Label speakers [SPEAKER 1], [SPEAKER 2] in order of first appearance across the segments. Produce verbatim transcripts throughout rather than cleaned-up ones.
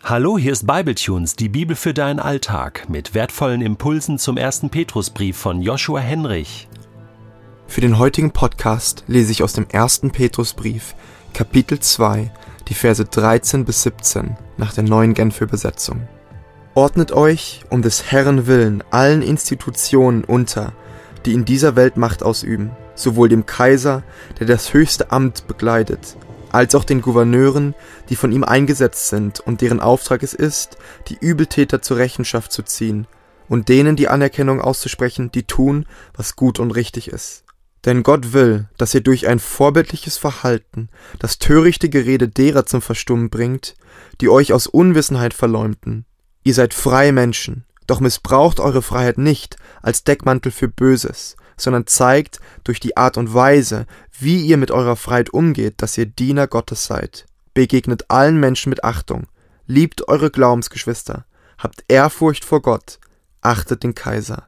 [SPEAKER 1] Hallo, hier ist Bibletunes, die Bibel für deinen Alltag, mit wertvollen Impulsen zum ersten Petrusbrief von Joshua Henrich.
[SPEAKER 2] Für den heutigen Podcast lese ich aus dem ersten Petrusbrief, Kapitel zwei, die Verse dreizehn bis siebzehn, nach der neuen Genfer Übersetzung. Ordnet euch um des Herrn willen allen Institutionen unter, die in dieser Welt Macht ausüben, sowohl dem Kaiser, der das höchste Amt bekleidet, als auch den Gouverneuren, die von ihm eingesetzt sind und deren Auftrag es ist, die Übeltäter zur Rechenschaft zu ziehen und denen die Anerkennung auszusprechen, die tun, was gut und richtig ist. Denn Gott will, dass ihr durch ein vorbildliches Verhalten das törichte Gerede derer zum Verstummen bringt, die euch aus Unwissenheit verleumden. Ihr seid freie Menschen, doch missbraucht eure Freiheit nicht als Deckmantel für Böses, sondern zeigt durch die Art und Weise, wie ihr mit eurer Freiheit umgeht, dass ihr Diener Gottes seid. Begegnet allen Menschen mit Achtung, liebt eure Glaubensgeschwister, habt Ehrfurcht vor Gott, achtet den Kaiser.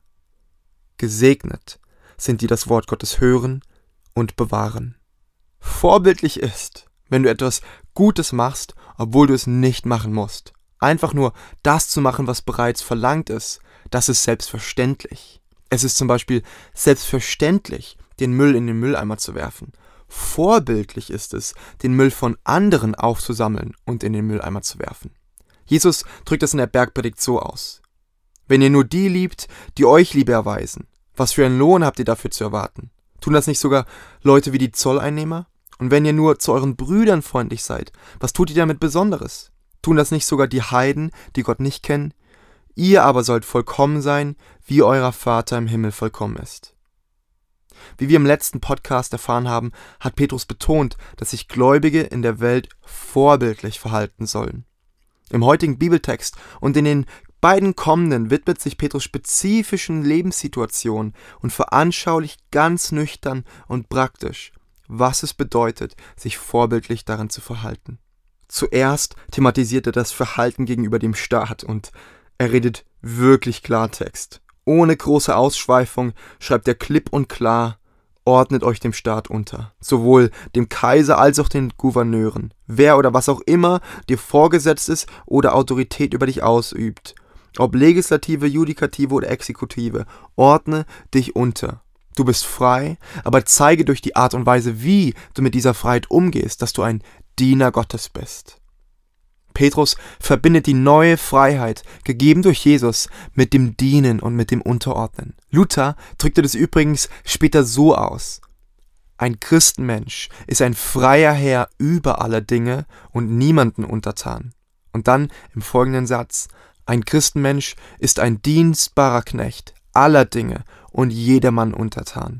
[SPEAKER 2] Gesegnet sind die das Wort Gottes hören und bewahren. Vorbildlich ist, wenn du etwas Gutes machst, obwohl du es nicht machen musst. Einfach nur das zu machen, was bereits verlangt ist, das ist selbstverständlich. Es ist zum Beispiel selbstverständlich, den Müll in den Mülleimer zu werfen. Vorbildlich ist es, den Müll von anderen aufzusammeln und in den Mülleimer zu werfen. Jesus drückt das in der Bergpredigt so aus: Wenn ihr nur die liebt, die euch Liebe erweisen, was für einen Lohn habt ihr dafür zu erwarten? Tun das nicht sogar Leute wie die Zolleinnehmer? Und wenn ihr nur zu euren Brüdern freundlich seid, was tut ihr damit Besonderes? Tun das nicht sogar die Heiden, die Gott nicht kennen? Ihr aber sollt vollkommen sein, wie euer Vater im Himmel vollkommen ist. Wie wir im letzten Podcast erfahren haben, hat Petrus betont, dass sich Gläubige in der Welt vorbildlich verhalten sollen. Im heutigen Bibeltext und in den beiden kommenden widmet sich Petrus spezifischen Lebenssituationen und veranschaulicht ganz nüchtern und praktisch, was es bedeutet, sich vorbildlich daran zu verhalten. Zuerst thematisiert er das Verhalten gegenüber dem Staat und er redet wirklich Klartext. Ohne große Ausschweifung schreibt er klipp und klar: Ordnet euch dem Staat unter, sowohl dem Kaiser als auch den Gouverneuren, wer oder was auch immer dir vorgesetzt ist oder Autorität über dich ausübt, ob Legislative, Judikative oder Exekutive, ordne dich unter. Du bist frei, aber zeige durch die Art und Weise, wie du mit dieser Freiheit umgehst, dass du ein Diener Gottes bist. Petrus verbindet die neue Freiheit, gegeben durch Jesus, mit dem Dienen und mit dem Unterordnen. Luther drückte das übrigens später so aus: Ein Christenmensch ist ein freier Herr über alle Dinge und niemanden untertan. Und dann im folgenden Satz: Ein Christenmensch ist ein dienstbarer Knecht aller Dinge und jedermann untertan.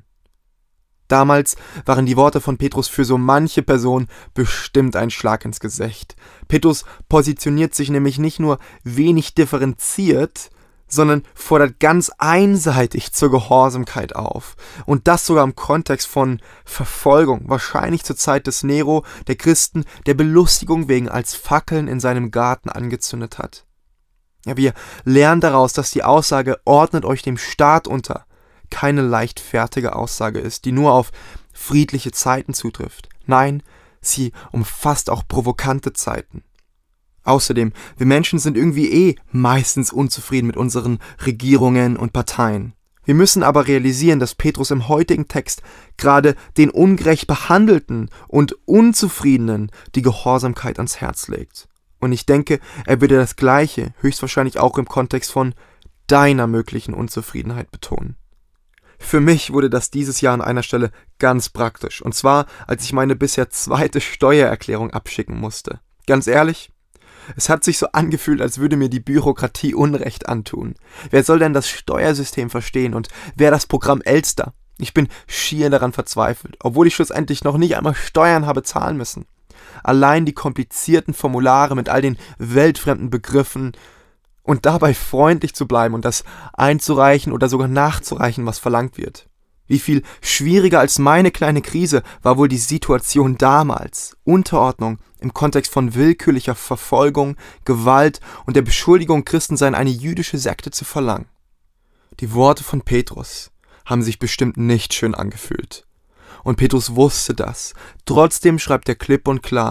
[SPEAKER 2] Damals waren die Worte von Petrus für so manche Person bestimmt ein Schlag ins Gesicht. Petrus positioniert sich nämlich nicht nur wenig differenziert, sondern fordert ganz einseitig zur Gehorsamkeit auf. Und das sogar im Kontext von Verfolgung, wahrscheinlich zur Zeit des Nero, der Christen, der Belustigung wegen als Fackeln in seinem Garten angezündet hat. Ja, wir lernen daraus, dass die Aussage „Ordnet euch dem Staat unter“ keine leichtfertige Aussage ist, die nur auf friedliche Zeiten zutrifft. Nein, sie umfasst auch provokante Zeiten. Außerdem, wir Menschen sind irgendwie eh meistens unzufrieden mit unseren Regierungen und Parteien. Wir müssen aber realisieren, dass Petrus im heutigen Text gerade den ungerecht Behandelten und Unzufriedenen die Gehorsamkeit ans Herz legt. Und ich denke, er würde das Gleiche höchstwahrscheinlich auch im Kontext von deiner möglichen Unzufriedenheit betonen. Für mich wurde das dieses Jahr an einer Stelle ganz praktisch. Und zwar, als ich meine bisher zweite Steuererklärung abschicken musste. Ganz ehrlich, es hat sich so angefühlt, als würde mir die Bürokratie Unrecht antun. Wer soll denn das Steuersystem verstehen und wer das Programm Elster? Ich bin schier daran verzweifelt, obwohl ich schlussendlich noch nicht einmal Steuern habe zahlen müssen. Allein die komplizierten Formulare mit all den weltfremden Begriffen und dabei freundlich zu bleiben und das einzureichen oder sogar nachzureichen, was verlangt wird. Wie viel schwieriger als meine kleine Krise war wohl die Situation damals. Unterordnung im Kontext von willkürlicher Verfolgung, Gewalt und der Beschuldigung, Christen seien eine jüdische Sekte zu verlangen. Die Worte von Petrus haben sich bestimmt nicht schön angefühlt. Und Petrus wusste das. Trotzdem schreibt er klipp und klar: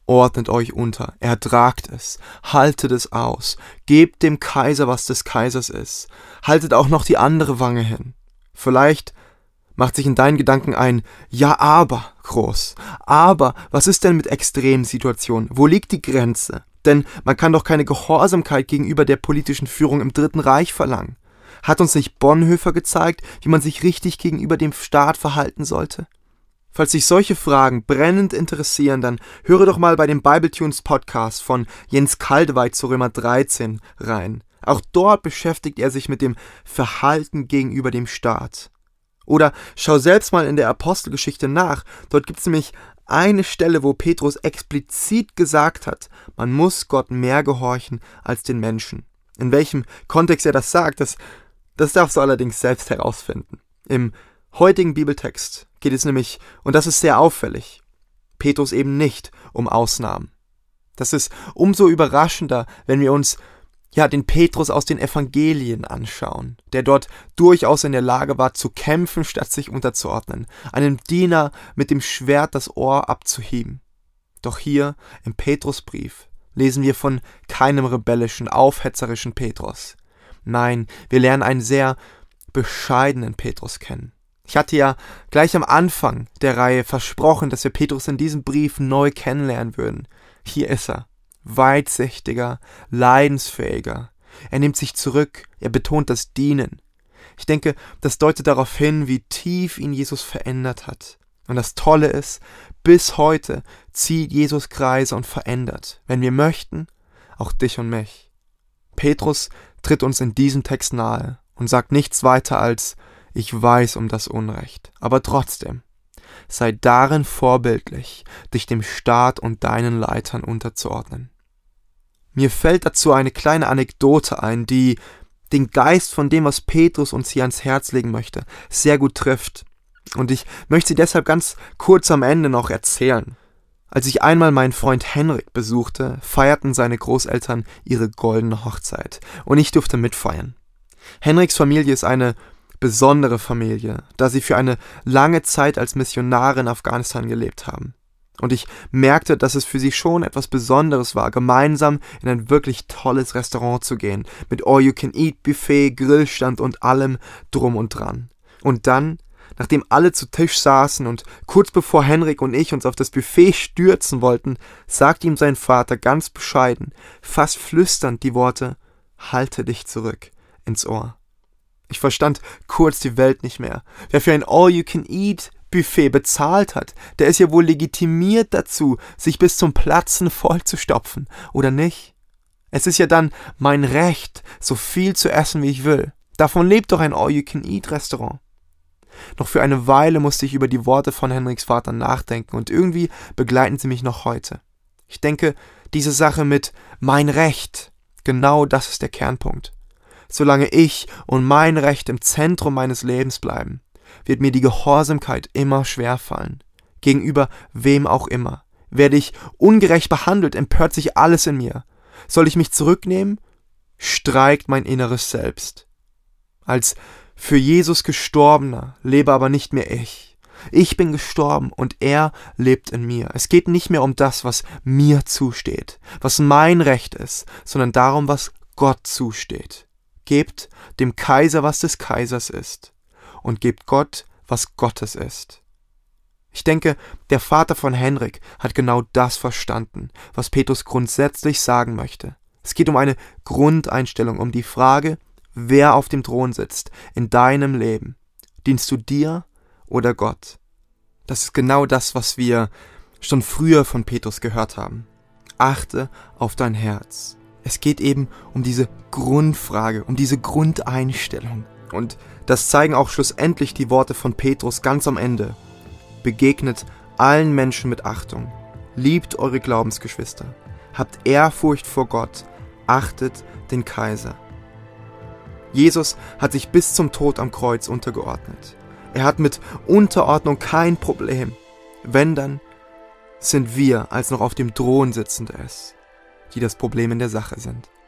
[SPEAKER 2] Ordnet euch unter, ertragt es, haltet es aus, gebt dem Kaiser, was des Kaisers ist, haltet auch noch die andere Wange hin. Vielleicht macht sich in deinen Gedanken ein Ja, aber groß. Aber was ist denn mit Extremsituationen? Wo liegt die Grenze? Denn man kann doch keine Gehorsamkeit gegenüber der politischen Führung im Dritten Reich verlangen. Hat uns nicht Bonhoeffer gezeigt, wie man sich richtig gegenüber dem Staat verhalten sollte? Falls dich solche Fragen brennend interessieren, dann höre doch mal bei dem Bibletunes Podcast von Jens Kaldewey zu Römer dreizehn rein. Auch dort beschäftigt er sich mit dem Verhalten gegenüber dem Staat. Oder schau selbst mal in der Apostelgeschichte nach. Dort gibt es nämlich eine Stelle, wo Petrus explizit gesagt hat, man muss Gott mehr gehorchen als den Menschen. In welchem Kontext er das sagt, das, das darfst du allerdings selbst herausfinden. Im heutigen Bibeltext geht es nämlich, und das ist sehr auffällig, Petrus eben nicht um Ausnahmen. Das ist umso überraschender, wenn wir uns ja den Petrus aus den Evangelien anschauen, der dort durchaus in der Lage war zu kämpfen, statt sich unterzuordnen, einem Diener mit dem Schwert das Ohr abzuheben. Doch hier im Petrusbrief lesen wir von keinem rebellischen, aufhetzerischen Petrus. Nein, wir lernen einen sehr bescheidenen Petrus kennen. Ich hatte ja gleich am Anfang der Reihe versprochen, dass wir Petrus in diesem Brief neu kennenlernen würden. Hier ist er. Weitsichtiger, leidensfähiger. Er nimmt sich zurück, er betont das Dienen. Ich denke, das deutet darauf hin, wie tief ihn Jesus verändert hat. Und das Tolle ist, bis heute zieht Jesus Kreise und verändert, wenn wir möchten, auch dich und mich. Petrus tritt uns in diesem Text nahe und sagt nichts weiter als: Ich weiß um das Unrecht, aber trotzdem, sei darin vorbildlich, dich dem Staat und deinen Leitern unterzuordnen. Mir fällt dazu eine kleine Anekdote ein, die den Geist von dem, was Petrus uns hier ans Herz legen möchte, sehr gut trifft. Und ich möchte sie deshalb ganz kurz am Ende noch erzählen. Als ich einmal meinen Freund Henrik besuchte, feierten seine Großeltern ihre goldene Hochzeit und ich durfte mitfeiern. Henriks Familie ist eine besondere Familie, da sie für eine lange Zeit als Missionare in Afghanistan gelebt haben. Und ich merkte, dass es für sie schon etwas Besonderes war, gemeinsam in ein wirklich tolles Restaurant zu gehen, mit All-You-Can-Eat-Buffet, Grillstand und allem drum und dran. Und dann, nachdem alle zu Tisch saßen und kurz bevor Henrik und ich uns auf das Buffet stürzen wollten, sagte ihm sein Vater ganz bescheiden, fast flüsternd die Worte: Halte dich zurück, ins Ohr. Ich verstand kurz die Welt nicht mehr. Wer für ein All-You-Can-Eat-Buffet bezahlt hat, der ist ja wohl legitimiert dazu, sich bis zum Platzen vollzustopfen, oder nicht? Es ist ja dann mein Recht, so viel zu essen, wie ich will. Davon lebt doch ein All-You-Can-Eat-Restaurant. Noch für eine Weile musste ich über die Worte von Henriks Vater nachdenken und irgendwie begleiten sie mich noch heute. Ich denke, diese Sache mit mein Recht, genau das ist der Kernpunkt. Solange ich und mein Recht im Zentrum meines Lebens bleiben, wird mir die Gehorsamkeit immer schwerfallen. Gegenüber wem auch immer. Werde ich ungerecht behandelt, empört sich alles in mir. Soll ich mich zurücknehmen? Streikt mein inneres Selbst. Als für Jesus Gestorbener lebe aber nicht mehr ich. Ich bin gestorben und er lebt in mir. Es geht nicht mehr um das, was mir zusteht, was mein Recht ist, sondern darum, was Gott zusteht. Gebt dem Kaiser, was des Kaisers ist, und gebt Gott, was Gottes ist. Ich denke, der Vater von Henrik hat genau das verstanden, was Petrus grundsätzlich sagen möchte. Es geht um eine Grundeinstellung, um die Frage, wer auf dem Thron sitzt in deinem Leben. Dienst du dir oder Gott? Das ist genau das, was wir schon früher von Petrus gehört haben. Achte auf dein Herz. Es geht eben um diese Grundfrage, um diese Grundeinstellung. Und das zeigen auch schlussendlich die Worte von Petrus ganz am Ende. Begegnet allen Menschen mit Achtung. Liebt eure Glaubensgeschwister. Habt Ehrfurcht vor Gott. Achtet den Kaiser. Jesus hat sich bis zum Tod am Kreuz untergeordnet. Er hat mit Unterordnung kein Problem. Wenn, dann sind wir als noch auf dem Thron Sitzende es, die das Problem in der Sache sind.